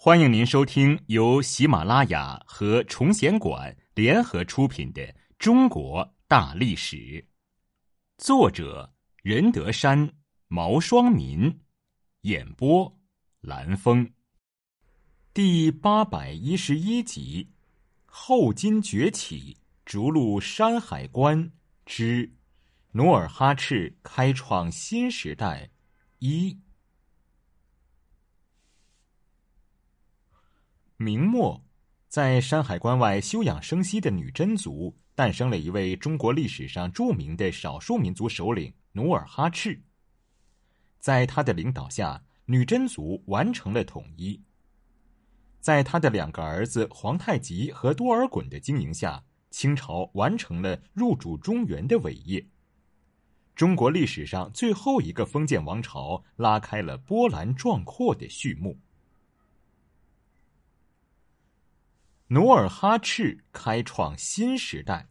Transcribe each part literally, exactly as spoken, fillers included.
欢迎您收听由喜马拉雅和崇贤馆联合出品的《中国大历史》，作者任德山、毛双民，演播蓝峰，第八百一十一集：后金崛起，逐鹿山海关之努尔哈赤开创新时代一。明末，在山海关外休养生息的女真族诞生了一位中国历史上著名的少数民族首领努尔哈赤。在他的领导下，女真族完成了统一。在他的两个儿子皇太极和多尔衮的经营下，清朝完成了入主中原的伟业。中国历史上最后一个封建王朝拉开了波澜壮阔的序幕。努尔哈赤开创新时代。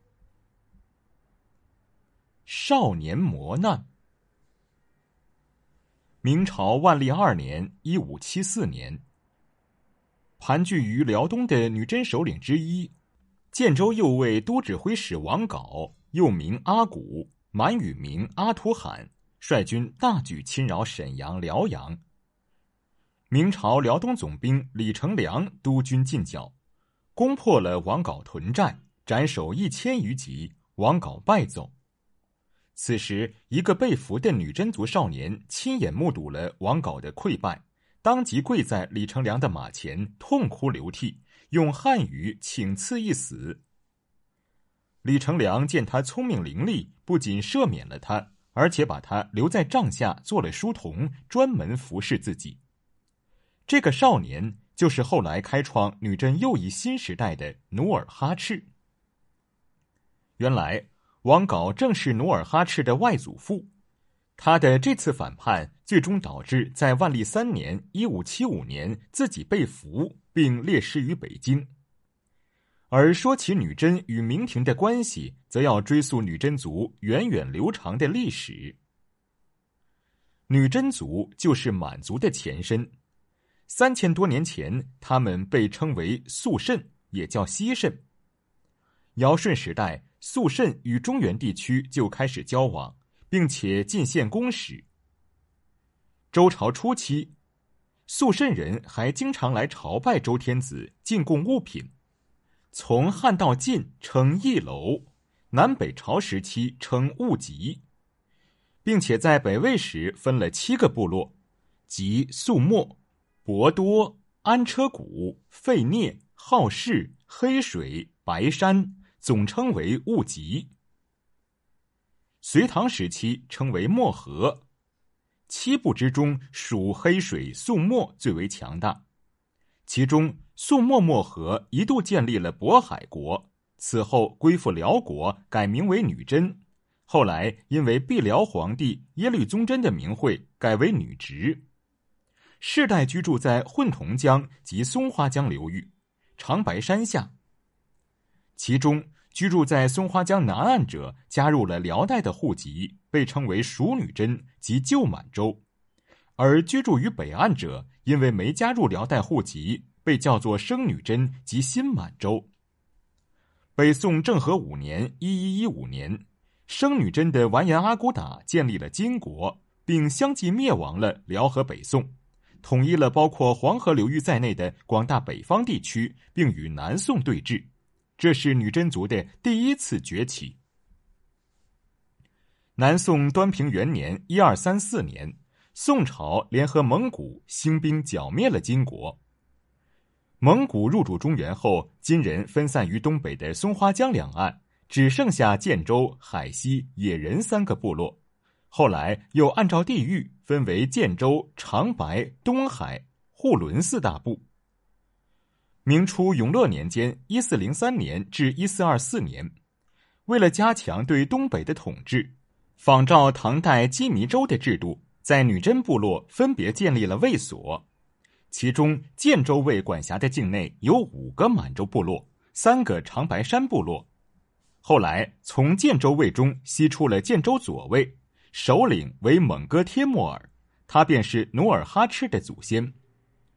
少年磨难。明朝万历二年（一五七四年），盘踞于辽东的女真首领之一，建州右卫都指挥使王杲，又名阿骨，满语名阿图罕，率军大举侵扰沈阳、辽阳。明朝辽东总兵李成梁督军进剿，攻破了王杲屯寨，斩首一千余级，王杲败走。此时，一个被俘的女真族少年亲眼目睹了王杲的溃败，当即跪在李成梁的马前，痛哭流涕，用汉语请赐一死。李成梁见他聪明伶俐，不仅赦免了他，而且把他留在帐下做了书童，专门服侍自己。这个少年就是后来开创女真又一新时代的努尔哈赤。原来，王杲正是努尔哈赤的外祖父，他的这次反叛最终导致在万历三年（一五七五年）自己被俘，并列师于北京。而说起女真与明廷的关系，则要追溯女真族源远流长的历史。女真族就是满族的前身。三千多年前，他们被称为肃慎，也叫西慎。尧舜时代，肃慎与中原地区就开始交往，并且进献公使。周朝初期，肃慎人还经常来朝拜周天子，进贡物品。从汉到晋称驿楼，南北朝时期称务集，并且在北魏时分了七个部落，即肃默、博多、安车古、费聂、好事、黑水、白山，总称为务集。隋唐时期称为漠河，七部之中属黑水、肃默最为强大。其中肃默漠河一度建立了渤海国，此后归附辽国，改名为女真，后来因为避辽皇帝耶律宗真的名讳，改为女直。世代居住在混同江及松花江流域、长白山下。其中居住在松花江南岸者加入了辽代的户籍，被称为属女真及旧满洲；而居住于北岸者，因为没加入辽代户籍，被叫做生女真及新满洲。北宋政和五年（一一一五年），生女真的完颜阿骨打建立了金国，并相继灭亡了辽和北宋，统一了包括黄河流域在内的广大北方地区，并与南宋对峙。这是女真族的第一次崛起。南宋端平元年（一二三四年），宋朝联合蒙古兴兵剿灭了金国。蒙古入主中原后，金人分散于东北的松花江两岸，只剩下建州、海西、野人三个部落。后来又按照地域分为建州、长白、东海、护伦四大部。明初永乐年间（一四零三年至一四二四年），为了加强对东北的统治，仿照唐代羁縻州的制度，在女真部落分别建立了卫所。其中建州卫管辖的境内有五个满洲部落，三个长白山部落。后来从建州卫中析出了建州左卫，首领为蒙哥帖木儿，他便是努尔哈赤的祖先。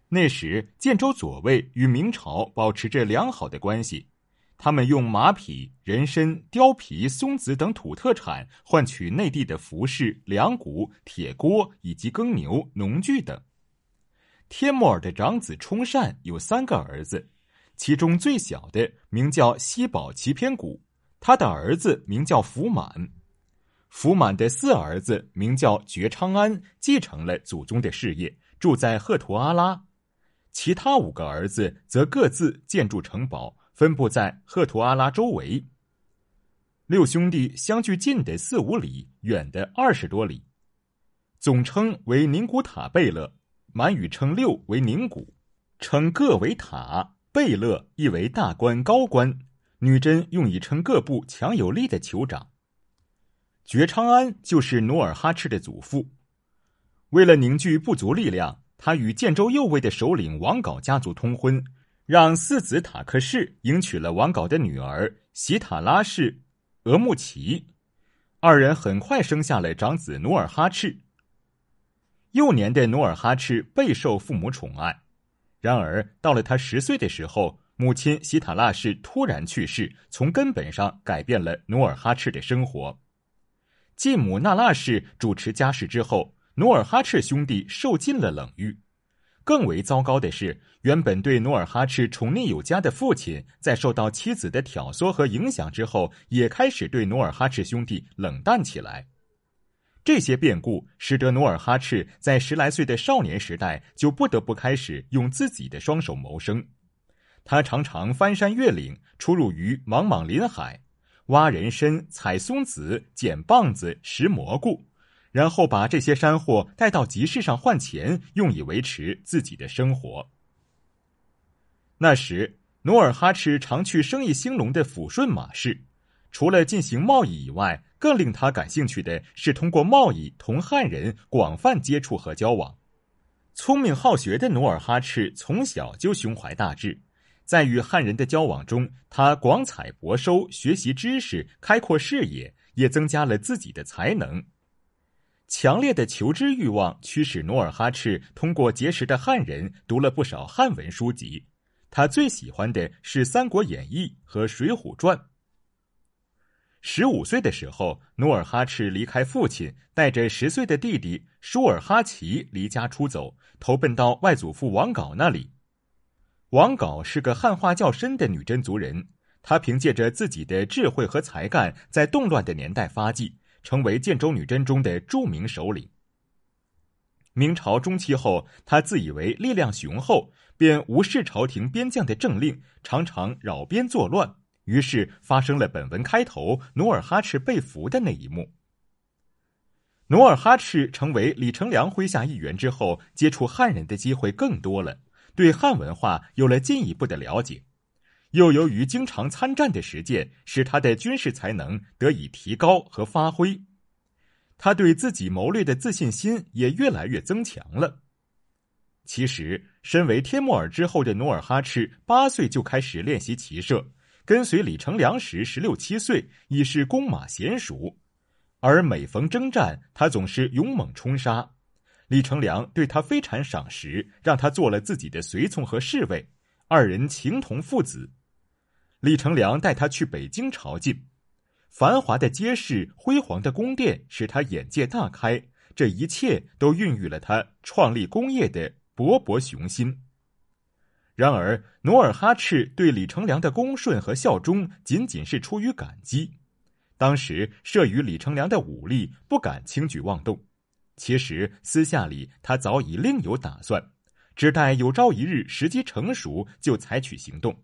那时建州左卫与明朝保持着良好的关系，他们用马匹、人参、貂皮、松子等土特产换取内地的服饰、粮谷、铁锅以及耕牛、农具等。帖木儿的长子冲善有三个儿子，其中最小的名叫西宝齐偏古，他的儿子名叫福满。福满的四儿子名叫觉昌安，继承了祖宗的事业，住在赫图阿拉。其他五个儿子则各自建筑城堡，分布在赫图阿拉周围。六兄弟相距近的四五里，远的二十多里，总称为宁古塔贝勒，满语称六为宁古，称各为塔，贝勒意为大官高官，女真用以称各部强有力的酋长。觉昌安就是努尔哈赤的祖父。为了凝聚部族力量，他与建州右卫的首领王杲家族通婚，让四子塔克氏迎娶了王杲的女儿喜塔拉氏额木齐，二人很快生下了长子努尔哈赤。幼年的努尔哈赤备受父母宠爱，然而到了他十岁的时候，母亲喜塔拉氏突然去世，从根本上改变了努尔哈赤的生活。继母那拉氏主持家事之后，努尔哈赤兄弟受尽了冷遇。更为糟糕的是，原本对努尔哈赤宠溺有加的父亲，在受到妻子的挑唆和影响之后，也开始对努尔哈赤兄弟冷淡起来。这些变故使得努尔哈赤在十来岁的少年时代就不得不开始用自己的双手谋生。他常常翻山越岭，出入于茫茫林海，挖人参、采松子、捡棒子、拾蘑菇，然后把这些山货带到集市上换钱，用以维持自己的生活。那时，努尔哈赤常去生意兴隆的抚顺马市，除了进行贸易以外，更令他感兴趣的是通过贸易同汉人广泛接触和交往。聪明好学的努尔哈赤从小就胸怀大志，在与汉人的交往中，他广采博收，学习知识，开阔视野，也增加了自己的才能。强烈的求知欲望驱使努尔哈赤通过结识的汉人读了不少汉文书籍，他最喜欢的是《三国演义》和《水浒传》。十五岁的时候，努尔哈赤离开父亲，带着十岁的弟弟舒尔哈齐离家出走，投奔到外祖父王杲那里。王杲是个汉化较深的女真族人，他凭借着自己的智慧和才干，在动乱的年代发迹，成为建州女真中的著名首领。明朝中期后，他自以为力量雄厚，便无视朝廷边将的政令，常常扰边作乱，于是发生了本文开头努尔哈赤被俘的那一幕。努尔哈赤成为李成梁麾下一员之后，接触汉人的机会更多了，对汉文化有了进一步的了解。又由于经常参战的实践，使他的军事才能得以提高和发挥，他对自己谋略的自信心也越来越增强了。其实，身为帖木儿之后的努尔哈赤，八岁就开始练习骑射，跟随李成梁时十六七岁，已是弓马娴熟。而每逢征战，他总是勇猛冲杀。李成梁对他非常赏识，让他做了自己的随从和侍卫，二人情同父子。李成梁带他去北京朝觐，繁华的街市、辉煌的宫殿使他眼界大开，这一切都孕育了他创立功业的勃勃雄心。然而，努尔哈赤对李成梁的恭顺和效忠仅仅是出于感激。当时慑于李成梁的武力，不敢轻举妄动。其实私下里他早已另有打算，只待有朝一日时机成熟，就采取行动。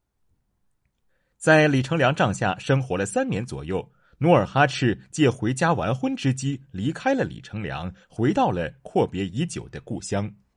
在李成梁帐下生活了三年左右，努尔哈赤借回家完婚之机离开了李成梁，回到了阔别已久的故乡。